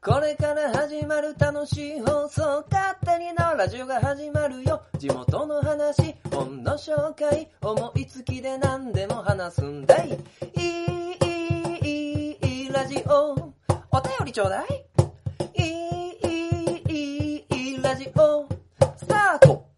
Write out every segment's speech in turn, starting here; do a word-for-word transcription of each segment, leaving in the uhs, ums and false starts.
これから始まる楽しい放送、勝手にのラジオが始まるよ。地元の話、本の紹介、思いつきで何でも話すんだい。いい、いい、いいラジオ、お便りちょうだい。いい、いい、いいラジオ、スタート。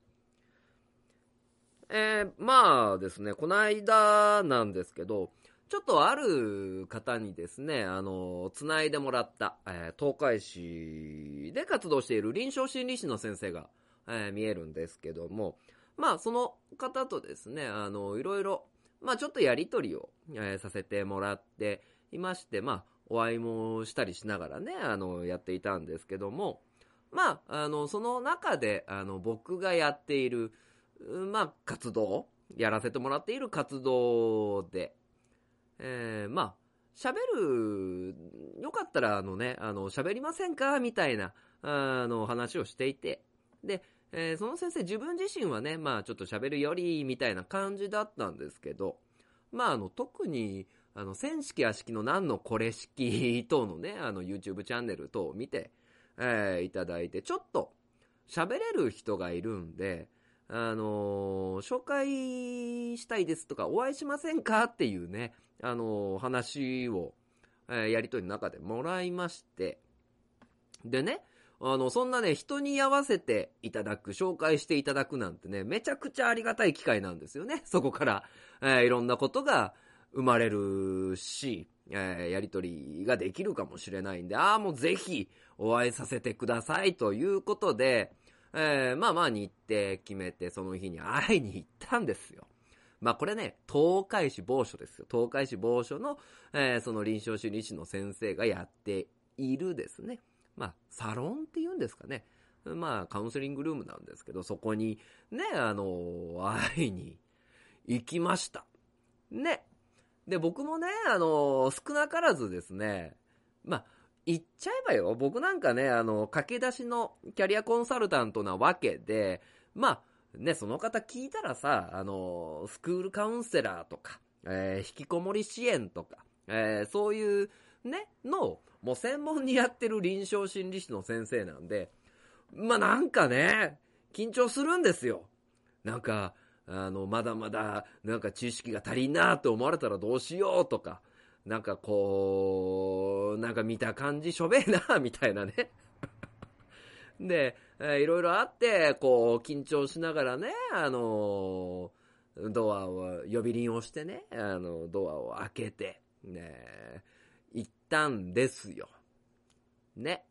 えー、まあですね、この間なんですけど、ちょっとある方にですね、あの、つないでもらった、えー、東海市で活動している臨床心理士の先生が、えー、見えるんですけども、まあ、その方とですね、あの、いろいろ、まあ、ちょっとやりとりを、えー、させてもらっていまして、まあ、お会いもしたりしながらね、あの、やっていたんですけども、まあ、あの、その中で、あの、僕がやっている、まあ、活動、やらせてもらっている活動で、えー、まあ、喋る、よかったら、あのね、あの、喋りませんかみたいな、あの、話をしていて、で、えー、その先生自分自身はね、まあ、ちょっと喋るより、みたいな感じだったんですけど、まあ、あの、特に、あの、千式屋敷の何のこれ式等のね、あの、YouTube チャンネル等を見て、えー、いただいて、ちょっと、喋れる人がいるんで、あのー、紹介したいですとか、お会いしませんかっていうね、あのー、話を、えー、やりとりの中でもらいまして、でね、あの、そんなね、人に合わせていただく、紹介していただくなんてね、めちゃくちゃありがたい機会なんですよね。そこから、えー、いろんなことが生まれるし、えー、やりとりができるかもしれないんで、ああ、もうぜひお会いさせてくださいということで、えー、まあまあ日程決めてその日に会いに行ったんですよ。まあこれね、東海市某所ですよ。東海市某所の、えー、その臨床心理士の先生がやっているですね。まあサロンっていうんですかね。まあカウンセリングルームなんですけど、そこにね、あの、会いに行きました。ね。で、僕もね、あの、少なからずですね、まあ、言っちゃえばよ、僕なんかね、あの、駆け出しのキャリアコンサルタントなわけで、まあ、ね、その方聞いたらさ、あの、スクールカウンセラーとか、えー、引きこもり支援とか、えー、そういうね、の、もう専門にやってる臨床心理士の先生なんで、まあなんかね、緊張するんですよ。なんか、あの、まだまだ、なんか知識が足りんなって思われたらどうしようとか、なんかこう、なんか見た感じしょべえな、みたいなね。で、えー、いろいろあって、こう、緊張しながらね、あのー、ドアを、呼び鈴をしてね、あの、ドアを開けて、ね、行ったんですよ。ね。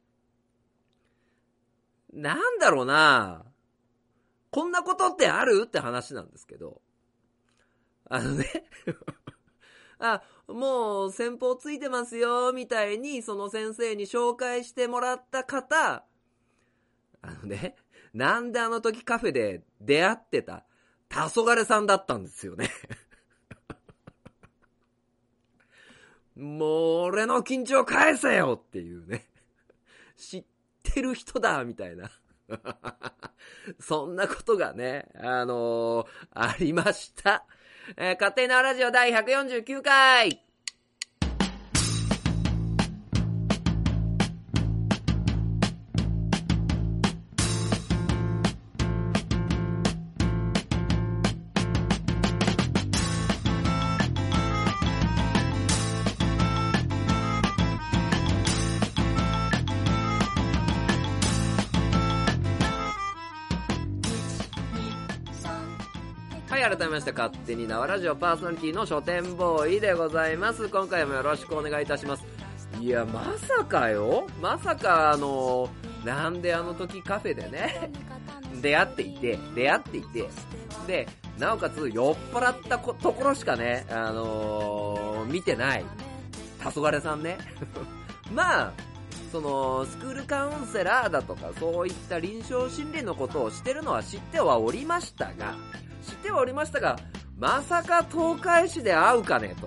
なんだろうな、こんなことってあるって話なんですけど、あのね、あ、もう先方ついてますよ、みたいに、その先生に紹介してもらった方、あのね、なんであの時カフェで出会ってた、黄昏さんだったんですよね。もう、俺の緊張返せよっていうね。知ってる人だ、みたいな。そんなことがね、あのー、ありました。えー、勝手なラジオ第ひゃくよんじゅうきゅうかい。はい、改めまして勝手に縄ラジオパーソナリティの書店ボーイでございます。今回もよろしくお願いいたします。いや、まさかよ、まさかあのなんであの時カフェでね出会っていて出会っていてで、なおかつ酔っ払ったところしかね、あのー、見てない黄昏さんねまあそのスクールカウンセラーだとかそういった臨床心理のことをしてるのは知ってはおりましたが知ってはおりましたがまさか東海市で会うかねと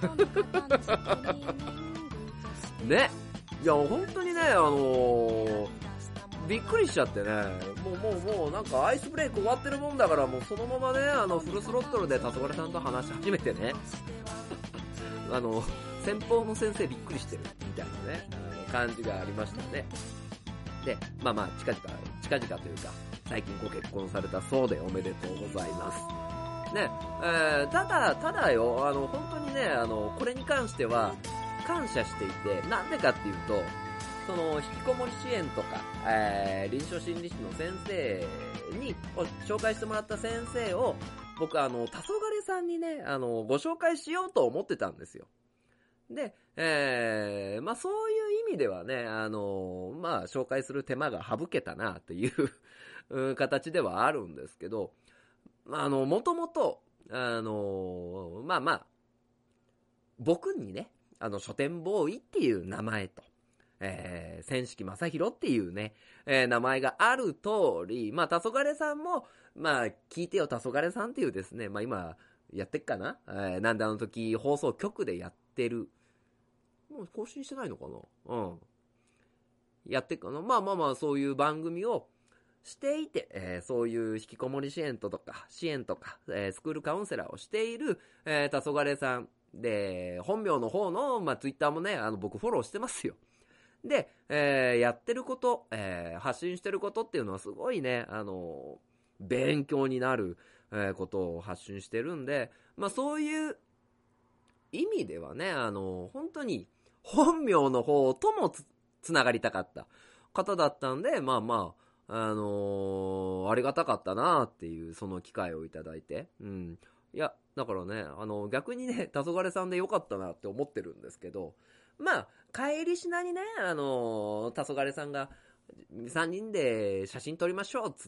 ね。いや本当にね、あのー、びっくりしちゃってね、もうもうもうなんかアイスブレイク終わってるもんだから、もうそのままね、あのフルスロットルで黄昏さんと話し始めてねあの先方の先生びっくりしてるみたいなね、 感じがありましたね。で、まあまあ、近々、近々というか、最近ご結婚されたそうでおめでとうございます。ね、えー、ただ、ただよ、あの、本当にね、あの、これに関しては、感謝していて、なんでかっていうと、その、引きこもり支援とか、えー、臨床心理士の先生に、紹介してもらった先生を、僕あの、黄昏さんにね、あの、ご紹介しようと思ってたんですよ。で、えー、まあそういう意味ではね、あの、まあ紹介する手間が省けたなという形ではあるんですけど、あの、もともと、あの、まあまあ、僕にね、あの、書店ボーイっていう名前と、えー、千式正宏っていうね、えー、名前がある通り、まあ、黄昏さんも、まあ、聞いてよ黄昏さんっていうですね、まあ今、やってっかな、えー、なんであの時放送局でやってる、もう更新してないのかな、うん。やってっかな、まあまあまあ、そういう番組をしていて、えー、そういう引きこもり支援とか、支援とか、えー、スクールカウンセラーをしている、えー、黄昏さんで、本名の方の、まあ、ツイッターもね、あの、僕フォローしてますよ。で、えー、やってること、えー、発信してることっていうのはすごいね、あのー、勉強になる、えー、ことを発信してるんで、まあそういう意味ではね、あのー、本当に本名の方とも つ, つながりたかった方だったんで、まあまあ、あのー、ありがたかったなっていうその機会をいただいて、うん。いや、だからね、あの、逆にね、黄昏さんでよかったなって思ってるんですけど、まあ、帰りしなにね、あのー、黄昏さんが、さんにんで写真撮りましょうっつって、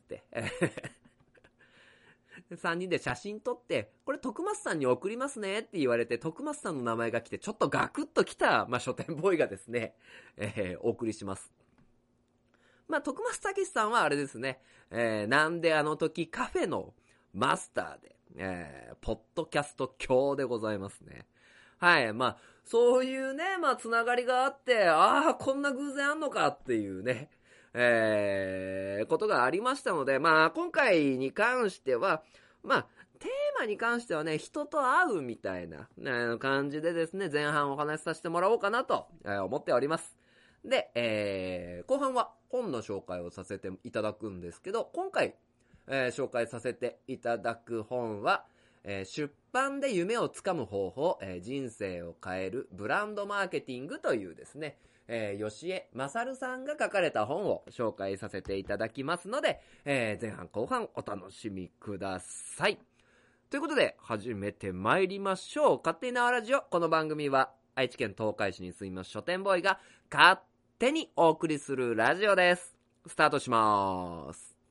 さんにんで写真撮って、これ徳松さんに送りますねって言われて、徳松さんの名前が来て、ちょっとガクッと来た、まあ、書店ボーイがですね、えー、お送りします。まあ、徳松武さんはあれですね、えー、なんであの時カフェのマスターで、えー、ポッドキャスト教でございますね。はい、まあ、そういうね、まあ、つながりがあって、ああ、こんな偶然あんのかっていうね、えー、ことがありましたので、まあ、今回に関しては、まあ、テーマに関してはね、人と会うみたいな、ね、感じでですね、前半お話しさせてもらおうかなと、えー、思っております。で、えー、後半は本の紹介をさせていただくんですけど、今回、えー、紹介させていただく本は、えー、出版で夢をつかむ方法、えー、人生を変えるブランドマーケティングというですね、えー、吉江勝さんが書かれた本を紹介させていただきますので、えー、前半後半お楽しみください。ということで、始めて参りましょう。勝手に縄ラジオ。この番組は、愛知県東海市に住みます書店ボーイが、勝手にお送りするラジオです。スタートしまーす。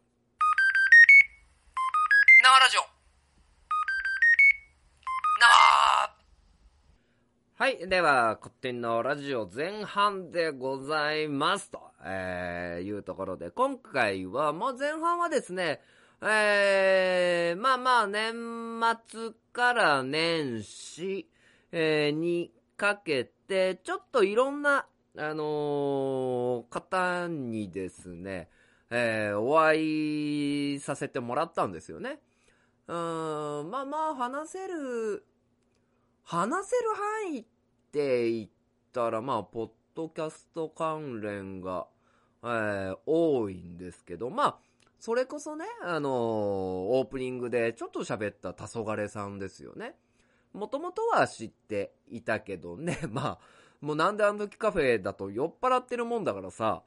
縄ラジオ。縄はい。では、勝手に縄ラジオ前半でございますと、えー、いうところで、今回は、もう前半はですね、えー、まあまあ、年末から年始、えー、にかけて、ちょっといろんな、あのー、方にですね、えー、お会いさせてもらったんですよね。うーん、まあまあ、話せる、話せる範囲って言ったら、まあ、ポッドキャスト関連が、えー、多いんですけど、まあ、それこそね、あのー、オープニングでちょっと喋った黄昏さんですよね。もともとは知っていたけどね、まあ、もうなんであの時カフェだと酔っ払ってるもんだからさ、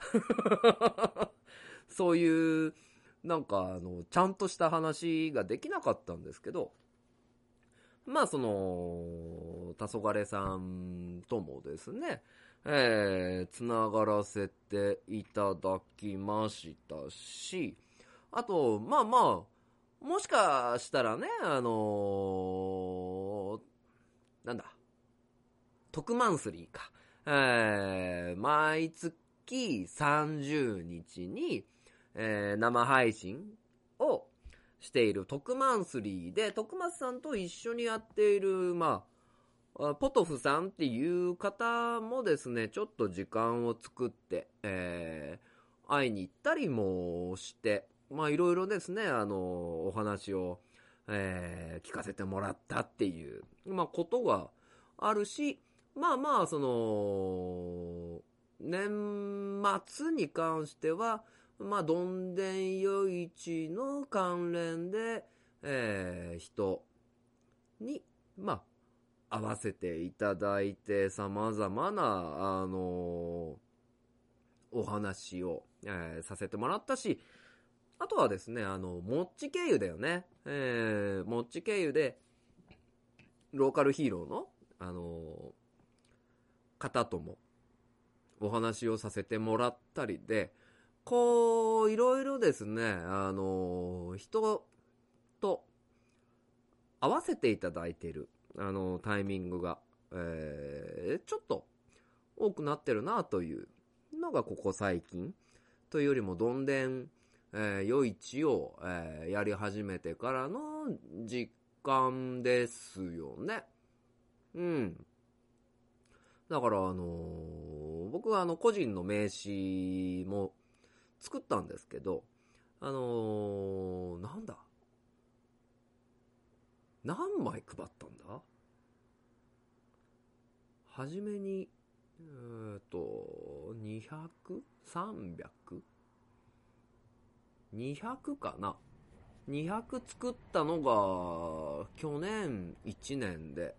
そういう、なんかあの、ちゃんとした話ができなかったんですけど、まあその、黄昏さんともですね、えー、つながらせていただきましたし、あと、まあまあ、もしかしたらね、あのー、なんだ、特マンスリーか。えー、毎月さんじゅうにちに、えー、生配信をしている特マンスリーで、徳松さんと一緒にやっている、まあ、ポトフさんっていう方もですね、ちょっと時間を作って、えー、会いに行ったりもして、まあいろいろですね、あの、お話を、えー、聞かせてもらったっていう、まあことがあるし、まあまあ、その、 年末に関しては、まあ、どんでんよ市の関連で、えー、人に、まあ、会わせていただいて、様々な、あのーお話を、えーさせてもらったし、あとはですね、あの、もっち経由だよね。えー、もっち経由で、ローカルヒーローの、あのー方とも、お話をさせてもらったりで、こう、いろいろですね、あのー人と合わせていただいている、あのータイミングが、えーちょっと多くなってるなというのがここ最近というよりもどんでん、えー、夜市を、えーやり始めてからの実感ですよね。うん。だからあのー僕はあの個人の名刺も作ったんですけど、あのーなんだ何枚配ったんだはじめに、えーと、にひゃく?さんびゃく?にひゃく かな ?にひゃく 作ったのが、去年いちねんで、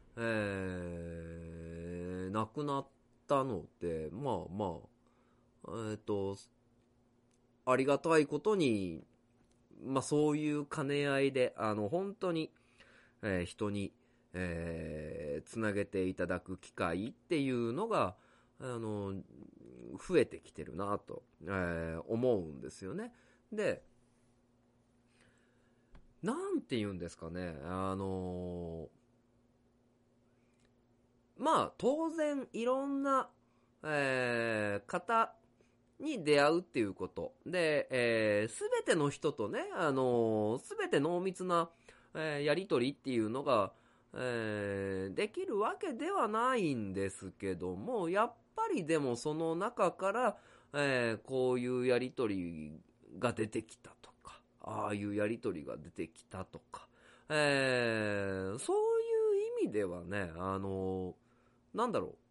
えー、なくなったので、まあまあ、えっと、ありがたいことに、まあそういう兼ね合いで、あの、本当に、えー人に、えーつなげていただく機会っていうのが、あの、増えてきてるなと、えー思うんですよね。で、なんて言うんですかね、あのまあ当然いろんな、えー方に出会うっていうことで、えー、全ての人とね、あのー、全て濃密な、えーやりとりっていうのが、えーできるわけではないんですけども、やっぱりでもその中から、えーこういうやりとりが出てきたとか、ああいうやりとりが出てきたとか、えーそういう意味ではね、あのーなんだろう、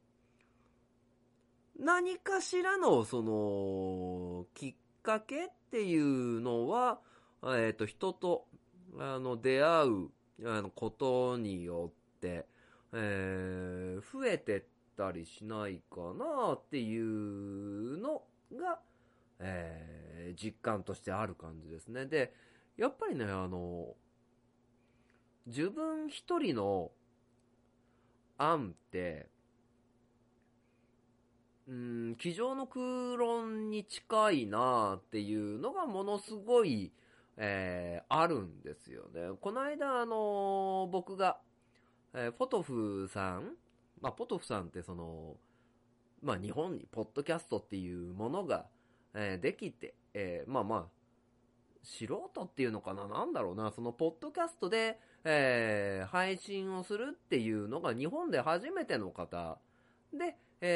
何かしらの、その、きっかけっていうのは、えっと、人と、あの、出会う、あの、ことによって、えー増えてったりしないかなっていうのが、えー実感としてある感じですね。で、やっぱりね、あの、自分一人の案って、うん、机上の空論に近いなっていうのがものすごい、えーあるんですよね。この間、あの僕が、えーポトフさん、まあ、ポトフさんってその、まあ、日本にポッドキャストっていうものが、えーできて、えーまあまあ、素人っていうのかな、なんだろうな、そのポッドキャストで、えー配信をするっていうのが日本で初めての方で、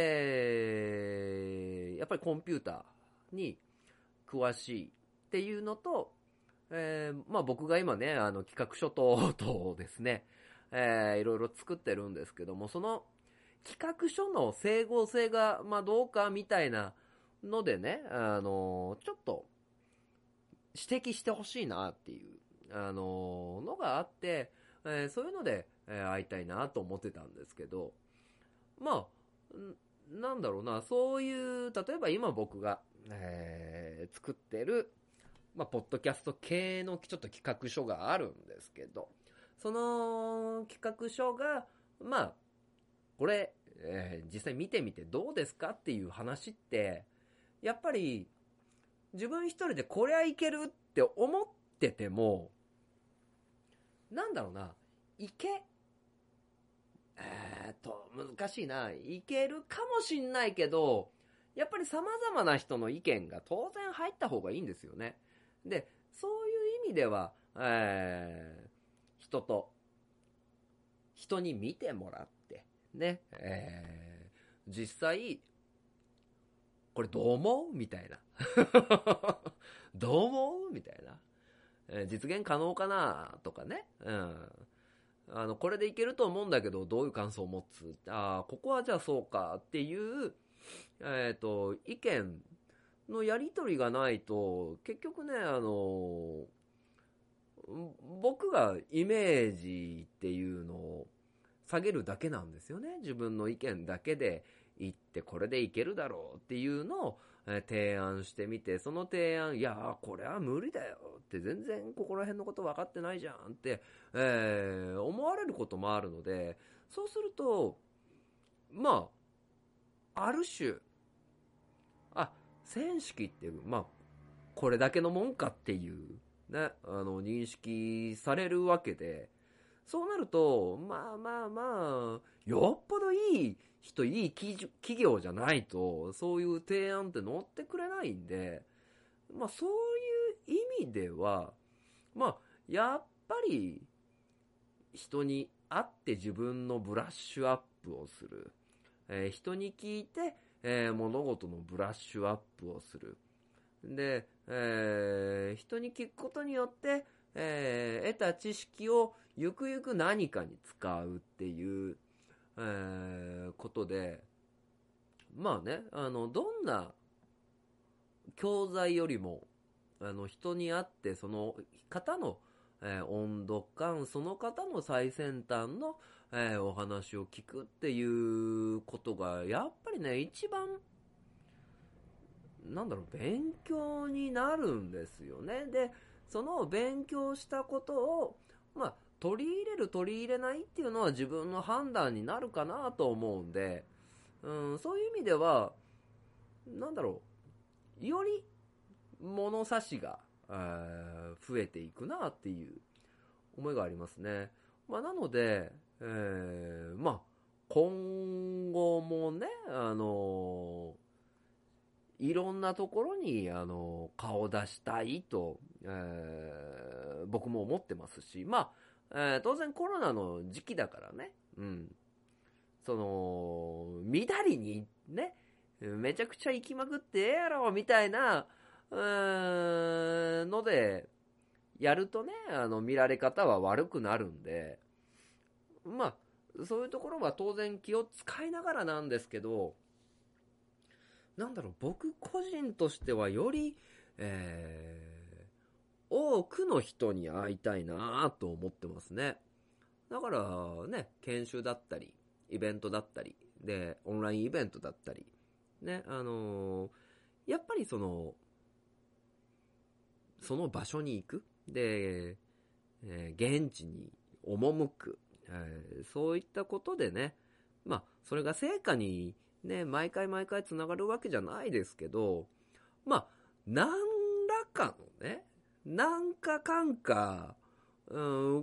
えーやっぱりコンピューターに詳しいっていうのと、えーまあ僕が今ね、あの企画書等々ですね、えーいろいろ作ってるんですけども、その企画書の整合性が、まあどうかみたいなのでね、あのちょっと指摘してほしいなっていう、あののがあって、えーそういうので、えー会いたいなと思ってたんですけど、まあ、なんだろうな、そういう、例えば今僕が、えー作ってる、まあ、ポッドキャスト系のちょっと企画書があるんですけど、その企画書が、まあ、これ、えー実際見てみてどうですかっていう話って、やっぱり、自分一人でこりゃいけるって思ってても、なんだろうな、いけ、えーっと、難しいな。いけるかもしんないけど、やっぱり様々な人の意見が当然入った方がいいんですよね。で、そういう意味では、えー、人と、人に見てもらって、ね、えー、実際、これどう思うみたいな。どう思うみたいな。えー実現可能かなとかね。うん。あの、これでいけると思うんだけど、どういう感想を持つああ、ここはじゃあそうかっていう、 えっと、意見のやり取りがないと、結局ね、あの、僕がイメージっていうのを下げるだけなんですよね。自分の意見だけで言ってこれでいけるだろうっていうのを提案してみて、その提案、いやーこれは無理だよって全然ここら辺のこと分かってないじゃんって、えー、思われることもあるので、そうすると、まあ、ある種、あ、選式っていう、まあ、これだけのもんかっていう、ね、あの、認識されるわけで、そうなると、まあまあまあ、よっぽどいい人、いい企業じゃないと、そういう提案って乗ってくれないんで、まあそういう意味では、まあ、やっぱり、人に会って自分のブラッシュアップをする。えー人に聞いて、えー物事のブラッシュアップをする。で、えー人に聞くことによって、えー得た知識をゆくゆく何かに使うっていう、えーことで、まあね、あの、どんな教材よりも、あの、人に会ってその方の、えー温度感、その方の最先端の、えーお話を聞くっていうことが、やっぱりね、一番なんだろう、勉強になるんですよね。で、その勉強したことを、まあ、取り入れる取り入れないっていうのは自分の判断になるかなと思うんで、うん、そういう意味では、なんだろう、より物差しが、えー増えていくなっていう思いがありますね。まあ、なので、えーまあ、今後もね、あのーいろんなところに、あの、顔出したいと、えー僕も思ってますし、まあ、えー当然コロナの時期だからね、うん。その、みだりにね、めちゃくちゃ行きまくってええやろ、みたいな、うーん、ので、やるとね、あの、見られ方は悪くなるんで、まあ、そういうところは当然気を使いながらなんですけど、なんだろう、僕個人としてはより、えー、多くの人に会いたいなと思ってますね。だからね、研修だったり、イベントだったり、で、オンラインイベントだったり、ね、あのーやっぱりその、その場所に行く。で、えー現地に赴く、えーそういったことでね、まあ、それが成果にね、毎回毎回つながるわけじゃないですけど、まあ、何らかのね、なんかかんか、うん、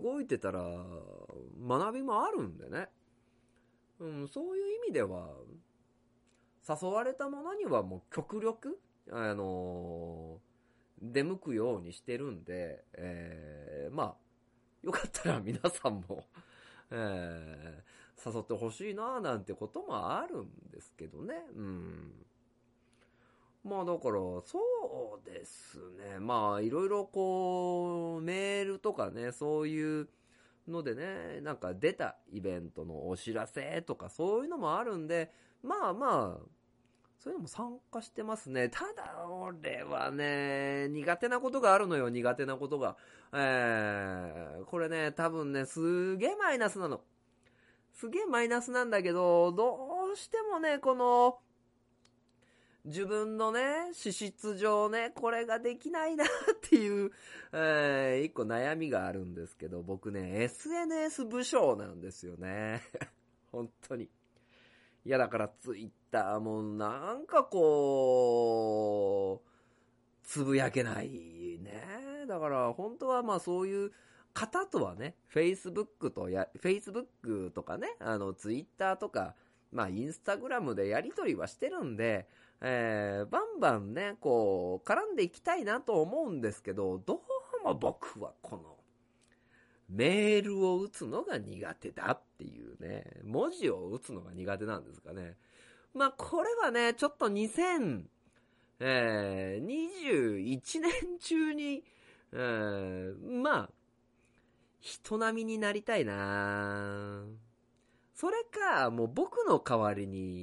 動いてたら学びもあるんでね、うん、そういう意味では、誘われたものにはもう極力、あのー出向くようにしてるんで、えーまあ、よかったら皆さんも、えー誘ってほしいななんてこともあるんですけどね。うん。まあだから、そうですね。まあいろいろこう、メールとかね、そういうのでね、なんか出たイベントのお知らせとかそういうのもあるんで、まあまあ、そういうのも参加してますね。ただ、俺はね、苦手なことがあるのよ、苦手なことが。えー、これね、多分ね、すげえマイナスなの。すげえマイナスなんだけど、どうしてもね、この、自分のね、資質上ね、これができないなっていう、えー、一個悩みがあるんですけど、僕ね、エスエヌエス 武将なんですよね。本当に。いや、だからツイッターもなんかこう、つぶやけないね。だから本当はまあそういう方とはね、Facebook とや、Facebook とかね、あの Twitter とか、まあインスタグラムでやりとりはしてるんで、えー、バンバンね、こう、絡んでいきたいなと思うんですけど、どうも僕はこの、メールを打つのが苦手だっていうね、文字を打つのが苦手なんですかね。まあこれはね、ちょっとにせんえー、にじゅういちねん中に、えー、まあ、人並みになりたいなそれか、もう僕の代わりに、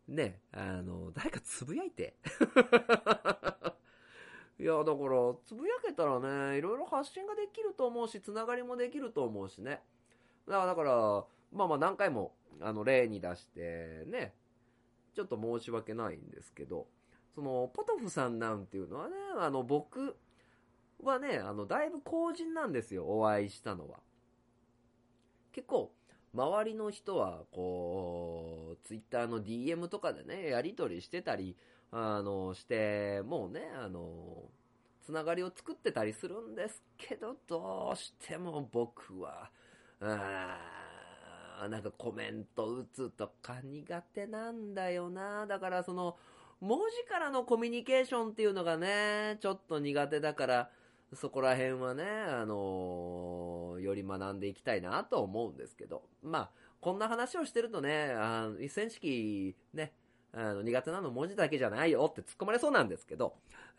ね、あの、誰かつぶやいて。いや、だから、つぶやけたらね、いろいろ発信ができると思うし、つながりもできると思うしね。だから、だからまあまあ何回も、あの、例に出して、ね、ちょっと申し訳ないんですけど、その、ポトフさんなんていうのはね、あの、僕はね、あの、だいぶ後人なんですよ、お会いしたのは。結構、周りの人は、こう、ツイッターの ディーエム とかでね、やり取りしてたり、あの、して、もうね、あの、つながりを作ってたりするんですけど、どうしても僕は、あーなんかコメント打つとか苦手なんだよな。だからその、文字からのコミュニケーションっていうのがね、ちょっと苦手だから、そこら辺はね、あのーより学んでいきたいなと思うんですけど、まあ、こんな話をしてるとね、あの、一線式ね、あの、苦手なの文字だけじゃないよって突っ込まれそうなんですけど、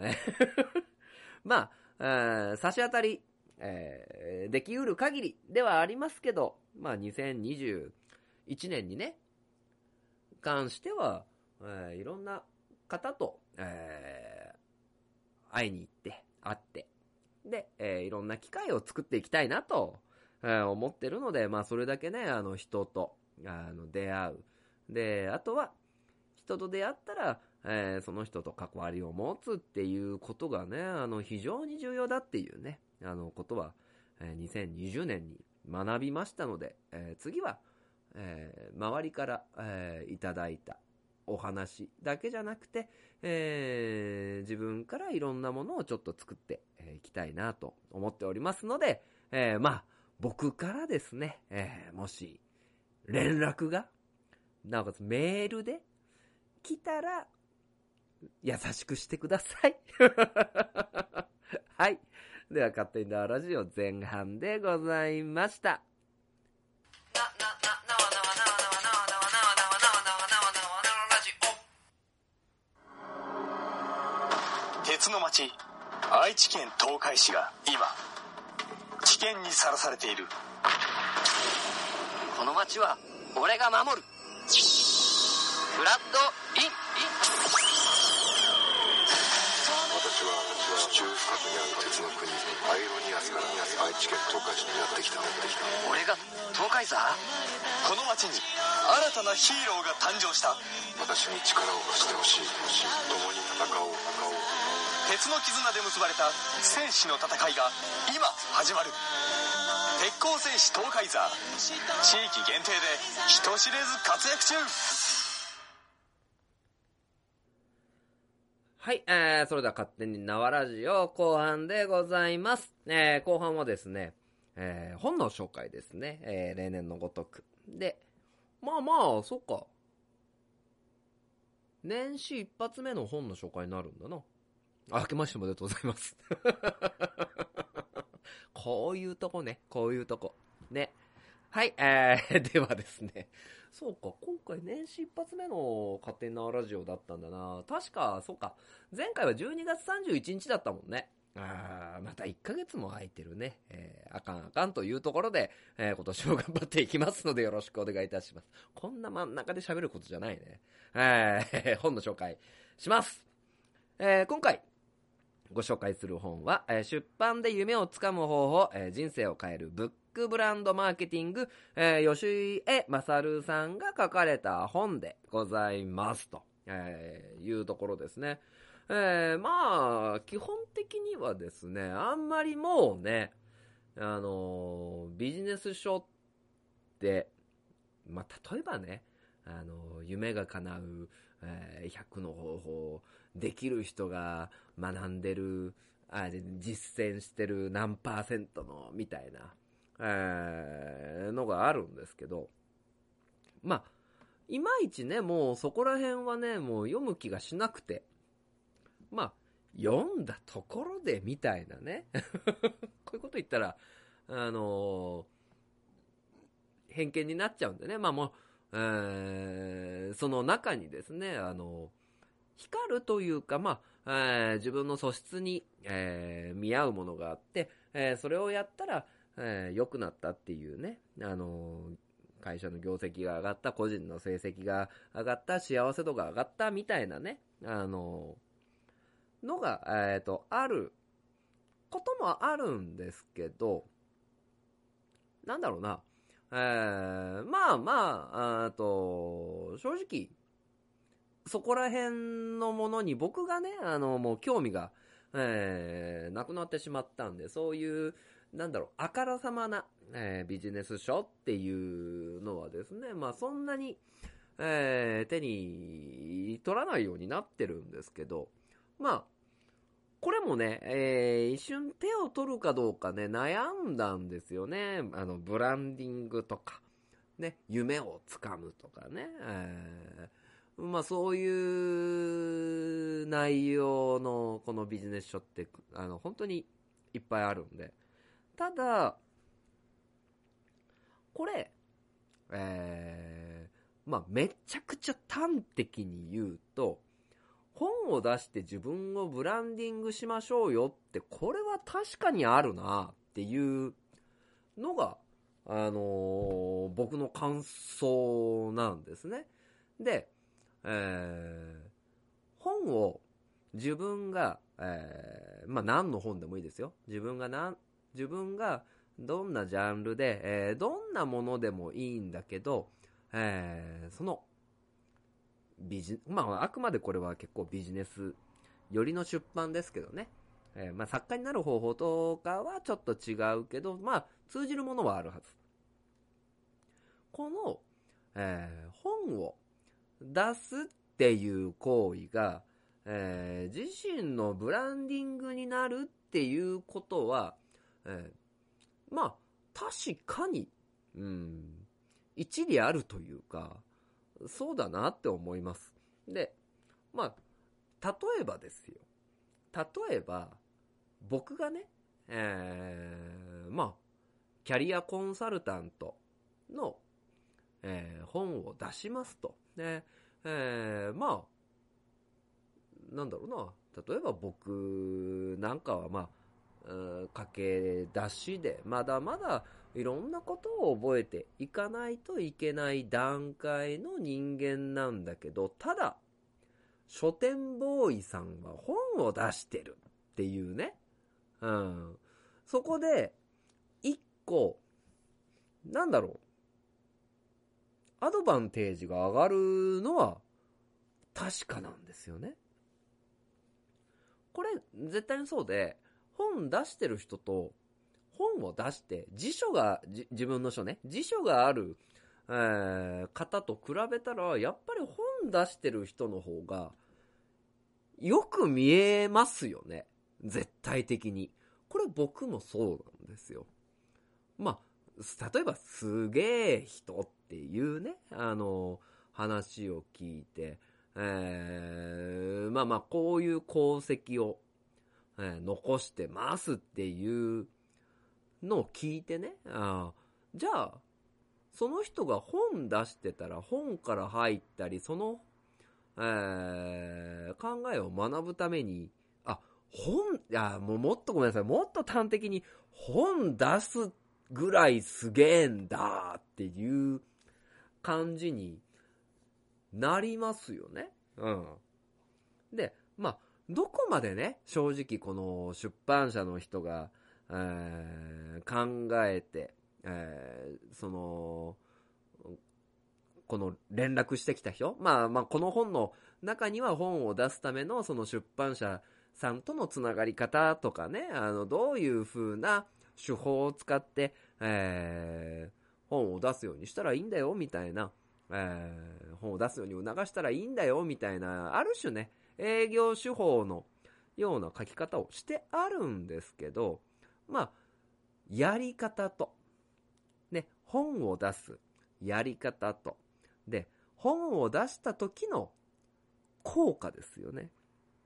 まあ、あ差し当たり、えーできうる限りではありますけど、まあ、にせんにじゅういちねんにね、関しては、えーいろんな方と、えー会いに行って、会って、で、えーいろんな機会を作っていきたいなと、えー思ってるので、まあ、それだけね、あの、人と、あの、出会う。で、あとは、人と出会ったら、えーその人と関わりを持つっていうことがね、あの、非常に重要だっていうね、あの、ことは、えーにせんにじゅうねんに学びましたので、えー次は、えー周りから、えーいただいたお話だけじゃなくて、えー自分からいろんなものをちょっと作っていきたいなと思っておりますので、えーまあ、僕からですね、えーもし、連絡が、なおかつメールで来たら、優しくしてください。はい。では、勝手に縄ラジオ前半でございました。 鉄の町、愛知県東海市が今、危険にさらされている。 この町は俺が守る。ブラッド・リン。 私は地中深くにある鉄の国アイロニアスから愛知県東海市にやってきた。 俺が東海座。 この町に新たなヒーローが誕生した。 私に力を貸してほしい。共に戦おう。 鉄の絆で結ばれた戦士の戦いが今始まる。鉄鋼戦士東海座、地域限定で人知れず活躍中。 はい、えー、それでは勝手に縄ラジオ後半でございます。えー、後半はですね、えー、本の紹介ですね。えー、例年のごとく。で、まあまあ、そっか。年始一発目の本の紹介になるんだな。あ、明けましておめでとうございます。こういうとこね、こういうとこ。ね。はい、えー、ではですね。そうか、今回年始一発目の勝手に縄ラジオだったんだな。確か、そうか。前回はじゅうにがつさんじゅういちにちだったもんね。あー、またいっかげつも空いてるね。えー、あかんあかんというところで、えー、今年も頑張っていきますのでよろしくお願いいたします。こんな真ん中で喋ることじゃないね。えー、本の紹介します。えー、今回、ご紹介する本は、えー、出版で夢をつかむ方法、えー、人生を変えるブックブランドマーケティング、えー、吉江勝さんが書かれた本でございますと、えー、いうところですね。えー、まあ基本的にはですね、あんまりもうね、あのー、ビジネス書って、まあ例えばね、あのー、夢が叶う、えー、ひゃくの方法、できる人が学んでる、あ実践してる何パーセントのみたいな、えー、のがあるんですけど、まあいまいちね、もうそこら辺はね、もう読む気がしなくて、まあ読んだところでみたいなねこういうこと言ったらあのー、偏見になっちゃうんでね、まあもう、えー、その中にですね、あのー光るというか、まあ、えー、自分の素質に、えー、見合うものがあって、えー、それをやったら、えー、良くなったっていうね、あのー、 会社の業績が上がった、個人の成績が上がった、幸せ度が上がったみたいなね、あの、のが、えっと、あることもあるんですけど、なんだろうな、えー、まあまあ、あと、正直、そこら辺のものに僕がね、あの、もう興味が、えー、なくなってしまったんで、そういう、なんだろう、あからさまな、えー、ビジネス書っていうのはですね、まあそんなに、えー、手に取らないようになってるんですけど、まあ、これもね、えー、一瞬手を取るかどうかね、悩んだんですよね。あの、ブランディングとか、ね、夢をつかむとかね、えー、まあそういう内容のこのビジネス書って、あの、本当にいっぱいあるんで。ただ、これ、えー、まあめちゃくちゃ端的に言うと、本を出して自分をブランディングしましょうよって、これは確かにあるなっていうのが、あのー、僕の感想なんですね。で、えー、本を自分が、えー、まあ何の本でもいいですよ。自分がなん、自分がどんなジャンルで、えー、どんなものでもいいんだけど、えー、その、ビジまああくまでこれは結構ビジネスよりの出版ですけどね、えー、まあ作家になる方法とかはちょっと違うけど、まあ通じるものはあるはず。この、えー、本を出すっていう行為が、えー、自身のブランディングになるっていうことは、えー、まあ確かに、うん、一理あるというか、そうだなって思います。で、まあ、例えばですよ。例えば、僕がね、えー、まあ、キャリアコンサルタントの、えー、本を出しますと。で、えー、まあ、なんだろうな。例えば僕なんかはまあ、駆け出しで、まだまだいろんなことを覚えていかないといけない段階の人間なんだけど、ただ、書店ボーイさんは本を出してるっていうね。うん。そこで、一個、なんだろう。アドバンテージが上がるのは確かなんですよね。これ、絶対にそうで、本出してる人と、本を出して、辞書が、自分の書ね、辞書がある、えー、方と比べたら、やっぱり本出してる人の方が、よく見えますよね。絶対的に。これ僕もそうなんですよ。まあ、例えばすげえ人っていうね、あの、話を聞いて、えー、まあまあ、こういう功績を、えー、残してますっていうのを聞いてね、あじゃあ、その人が本出してたら本から入ったり、その、えー、考えを学ぶために、あ、本、いや、もうもっとごめんなさい、もっと端的に本出すぐらいすげえんだっていう感じになりますよね。うん。で、まあ、どこまでね、正直この出版社の人が、えー、考えて、えー、その、この連絡してきた人、まあまあこの本の中には本を出すためのその出版社さんとのつながり方とかね、あのどういう風な手法を使って、えー、本を出すようにしたらいいんだよみたいな、えー、本を出すように促したらいいんだよみたいな、ある種ね、営業手法のような書き方をしてあるんですけど、まあやり方とね、本を出すやり方とで、本を出した時の効果ですよね。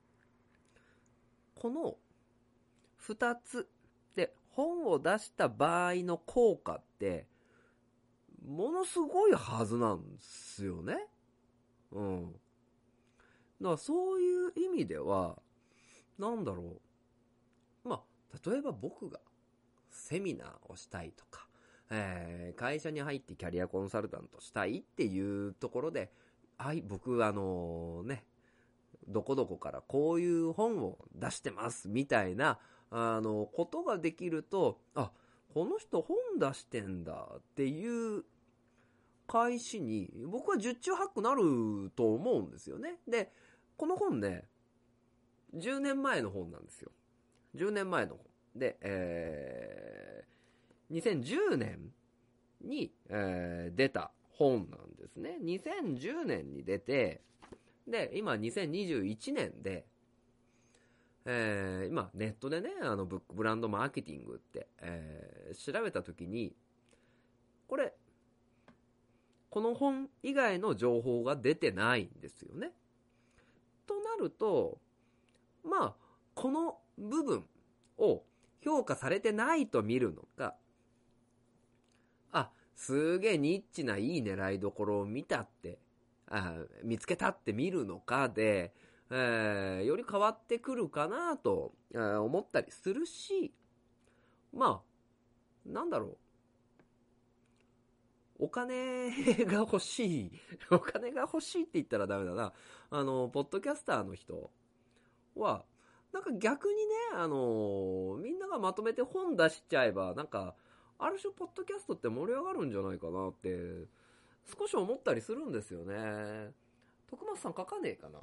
この二つで、本を出した場合の効果ってものすごいはずなんですよね。うん。だからそういう意味では、なんだろう。まあ、例えば僕がセミナーをしたいとか、 えー、会社に入ってキャリアコンサルタントしたいっていうところで、はい、僕あのね、どこどこからこういう本を出してますみたいな、あの、ことができると、あ、この人本出してんだっていう開始に僕は十中八九なると思うんですよね。で、この本ね、じゅうねんまえの本なんですよ。じゅうねんまえの本。で、えー、にせんじゅうねんに、えー、出た本なんですね。にせんじゅうねんに出て、で、今にせんにじゅういちねんで、えー、今ネットでね、あのブックブランドマーケティングって、えー、調べたときに、これ、この本以外の情報が出てないんですよね。となると、まあ、この部分を評価されてないと見るのか、あ、すげえニッチないい狙いどころを見たって、あ見つけたって見るのかで、えー、より変わってくるかなと、えー、思ったりするし、まあ、なんだろう。お金が欲しい。お金が欲しいって言ったらダメだな。あの、ポッドキャスターの人は、なんか逆にね、あの、みんながまとめて本出しちゃえば、なんか、ある種ポッドキャストって盛り上がるんじゃないかなって、少し思ったりするんですよね。徳松さん書かねえか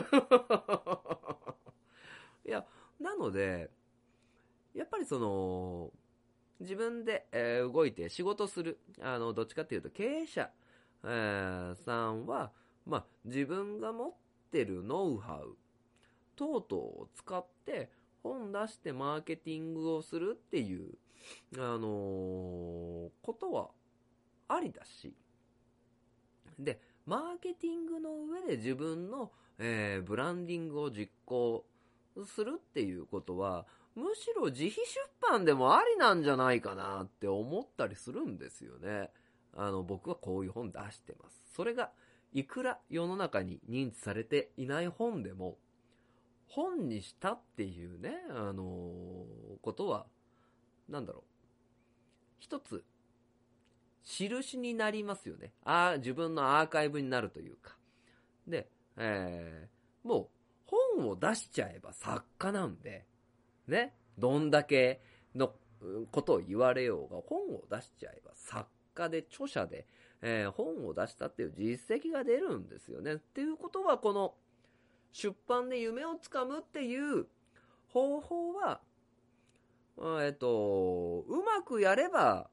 ないや、なので、やっぱりその、自分で、えー、動いて仕事する、あの、どっちかっていうと経営者、えー、さんは、まあ、自分が持ってるノウハウ等々を使って本出してマーケティングをするっていう、あのー、ことはありだし、で、マーケティングの上で自分の、えー、ブランディングを実行するっていうことは、むしろ自費出版でもありなんじゃないかなって思ったりするんですよね。あの、僕はこういう本出してます。それが、いくら世の中に認知されていない本でも、本にしたっていうね、あのー、ことは、なんだろう。一つ、印になりますよね。ああ、自分のアーカイブになるというか。で、えー、もう、本を出しちゃえば作家なんで、ね、どんだけのことを言われようが、本を出しちゃえば作家で著者で、えー、本を出したっていう実績が出るんですよね。っていうことは、この出版で夢をつかむっていう方法は、えっと、うまくやれば、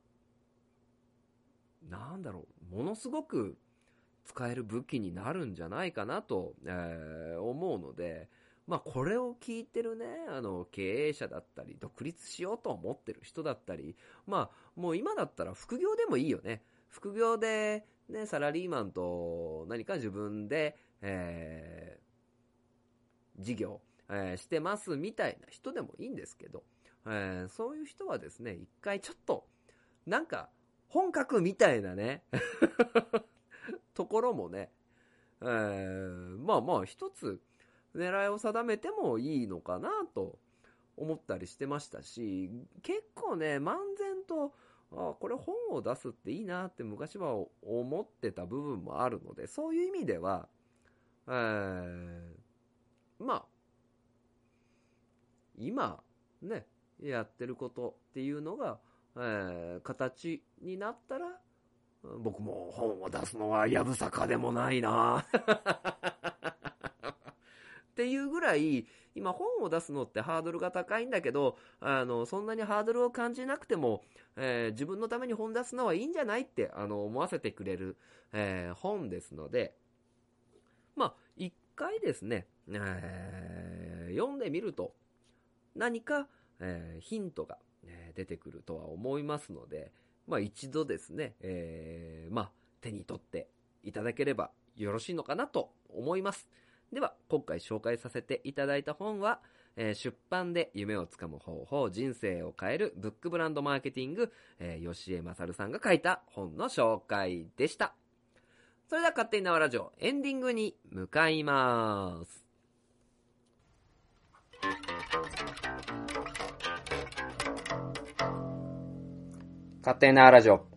なんだろう、ものすごく使える武器になるんじゃないかなと、えー、思うので、まあこれを聞いてるね、あの経営者だったり、独立しようと思ってる人だったり、まあもう今だったら副業でもいいよね。副業でね、サラリーマンと何か自分で、えー、事業、えー、してますみたいな人でもいいんですけど、えー、そういう人はですね、一回ちょっと、なんか、本格みたいなね、ところもね、えー、まあまあ一つ狙いを定めてもいいのかなと思ったりしてましたし、結構ね、漫然と、あ、これ本を出すっていいなって昔は思ってた部分もあるので、そういう意味では、えー、まあ、今ね、やってることっていうのが、えー、形になったら、僕も本を出すのはやぶさかでもないなっていうぐらい、今本を出すのってハードルが高いんだけど、あの、そんなにハードルを感じなくても、えー、自分のために本出すのはいいんじゃないってあの思わせてくれる、えー、本ですので、まあ、一回ですね、えー、読んでみると、何か、えー、ヒントが出てくるとは思いますので、まあ一度ですね、えー、まあ手に取っていただければよろしいのかなと思います。では今回紹介させていただいた本は、えー、出版で夢をつかむ方法、人生を変えるブックブランドマーケティング、えー、吉江勝さんが書いた本の紹介でした。それでは勝手に縄ラジオエンディングに向かいます。 勝手に縄ラジオ。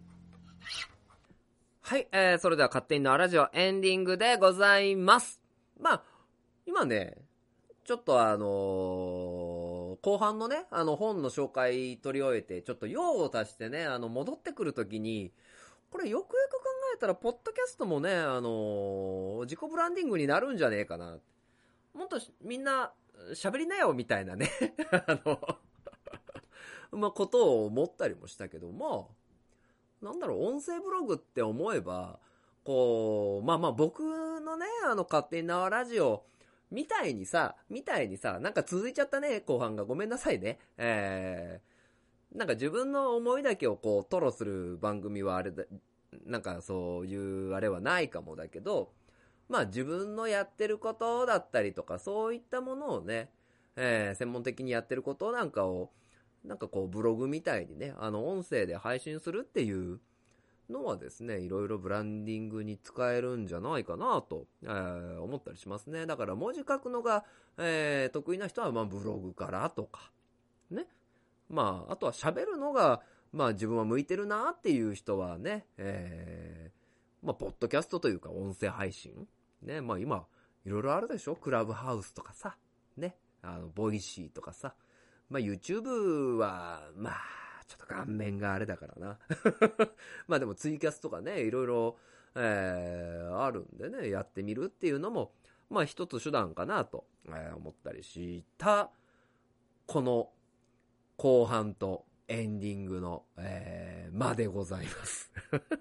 はい、えー、それでは勝手に縄ラジオエンディングでございます。まあ、今ね、ちょっとあのー、後半のね、あの本の紹介取り終えて、ちょっと用を足してね、あの、戻ってくるときに、これよくよく考えたら、ポッドキャストもね、あのー、自己ブランディングになるんじゃねえかな。もっとみんな喋りなよみたいなねあのまあことを思ったりもしたけど、まあなんだろう、音声ブログって思えばこう、まあまあ僕のね、あの勝手に縄ラジオみたいにさみたいにさなんか続いちゃったね、後半がごめんなさいね。えー、なんか自分の思いだけをこう吐露する番組はあれだ、なんかそういうあれはないかもだけど、まあ自分のやってることだったりとかそういったものをね、えー、専門的にやってることなんかをなんかこうブログみたいにね、あの音声で配信するっていうのはですね、いろいろブランディングに使えるんじゃないかなと、えー、思ったりしますね。だから文字書くのが、えー、得意な人はまあブログからとかね、まああとは喋るのがまあ自分は向いてるなっていう人はね、えー、まあポッドキャストというか音声配信ね、まあ今いろいろあるでしょ、クラブハウスとかさね、あのボイシーとかさ、まあ YouTube はまあちょっと顔面があれだからなまあでもツイキャスとかね、いろいろ、えー、あるんでね、やってみるっていうのもまあ一つ手段かなと、えー、思ったりしたこの後半とエンディングの、えー、までございます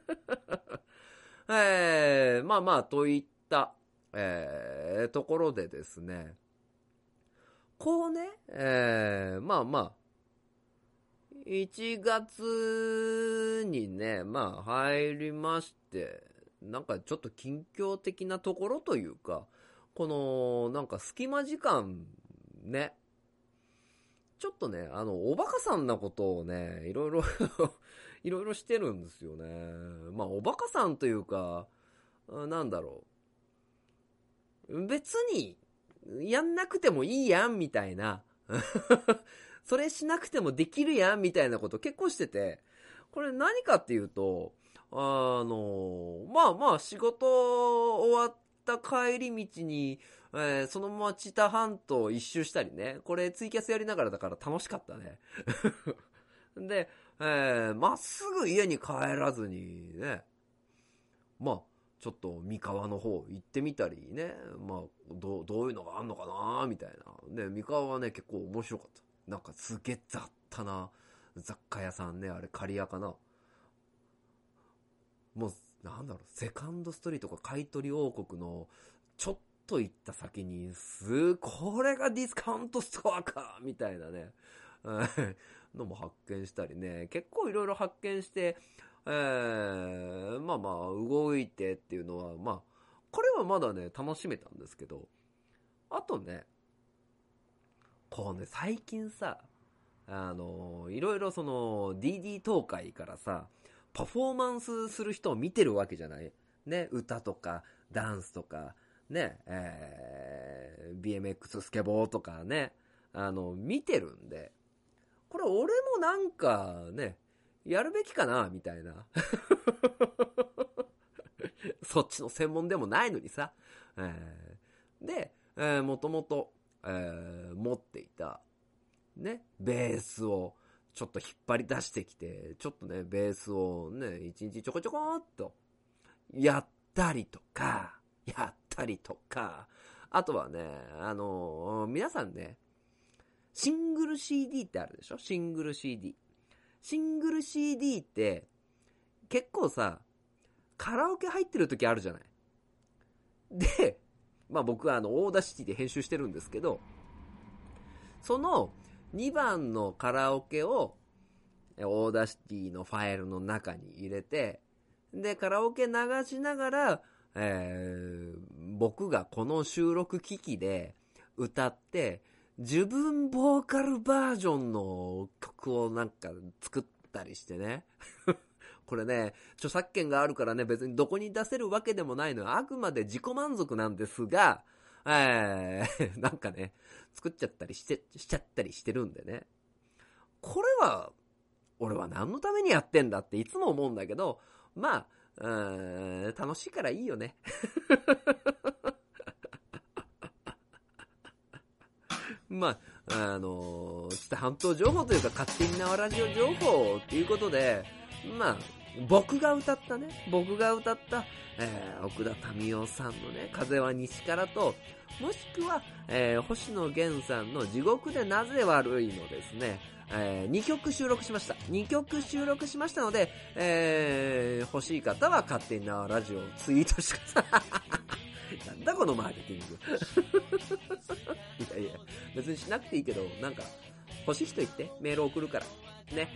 えー、まあまあといった、えー、ところでですね、こうね、えー、まあまあいちがつにね、まあ入りまして、なんかちょっと近況的なところというか、このなんか隙間時間ね、ちょっとね、あのおバカさんなことをね、いろいろいろいろしてるんですよね。まあおバカさんというか、なんだろう、別にやんなくてもいいやんみたいなそれしなくてもできるやんみたいなこと結構してて、これ何かっていうと、あのまあまあ仕事終わった帰り道に、えー、そのまま知多半島一周したりね、これツイキャスやりながらだから楽しかったねで、えー、まっすぐ家に帰らずにね、まあちょっと三河の方行ってみたりね、まあどう、どういうのがあんのかなみたいなね、三河はね結構面白かった。なんかすげえ雑多な雑貨屋さんね、あれ刈谷かな、もうなんだろう、セカンドストリートか買取王国のちょっと行った先にすこれがディスカウントストアかみたいなねのも発見したりね、結構いろいろ発見して、えー、まあまあ動いてっていうのは、まあこれはまだね楽しめたんですけど、あとね、こうね最近さ、あのいろいろその ディーディー 東海からさパフォーマンスする人を見てるわけじゃないね、歌とかダンスとかね、えー、ビーエムエックス スケボーとかね、あの見てるんで、これ俺もなんかねやるべきかなみたいなそっちの専門でもないのにさ、えー、で、えー、もともと、えー、持っていたねベースをちょっと引っ張り出してきて、ちょっとねベースをね一日ちょこちょこっとやったりとかやったりとか、あとはね、あのー、皆さんねシングル シーディー ってあるでしょ、シングル シーディー。シングル シーディー って結構さカラオケ入ってる時あるじゃない。で、まあ僕はあのオーダーシティで編集してるんですけど、そのにばんのカラオケをオーダーシティのファイルの中に入れて、でカラオケ流しながら、えー、僕がこの収録機器で歌って自分ボーカルバージョンの曲をなんか作ったりしてねこれね著作権があるからね別にどこに出せるわけでもないのよ、あくまで自己満足なんですが、えー、なんかね作っちゃったりしてしちゃったりしてるんでね、これは俺は何のためにやってんだっていつも思うんだけど、まあ、うーん、楽しいからいいよね。まあ、あのー、知多半島情報というか勝手に縄ラジオ情報っていうことで、まあ、僕が歌ったね、僕が歌った、えー、奥田民生さんのね、風は西からと、もしくは、えー、星野源さんの地獄でなぜ悪いのですね、えー、にきょく収録しました。にきょく収録しましたので、えー、欲しい方は勝手に縄ラジオをツイートしてください。なんだこのマーケティング。いやいや、別にしなくていいけど、なんか、欲しい人言って、メール送るから。ね。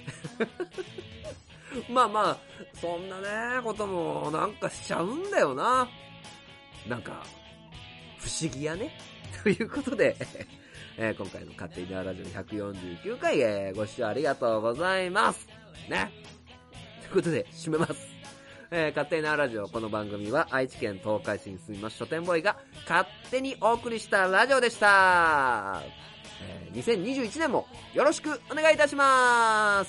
まあまあ、そんなね、こともなんかしちゃうんだよな。なんか、不思議やね。ということで、えー、今回の勝手に縄ラジオひゃくよんじゅうきゅうかい、えー、ご視聴ありがとうございます。ね。ということで、締めます。えー、勝手に縄ラジオ、この番組は愛知県東海市に住みます書店ボーイが勝手にお送りしたラジオでした。えー、にせんにじゅういちねんもよろしくお願いいたします。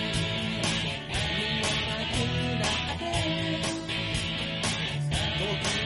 僕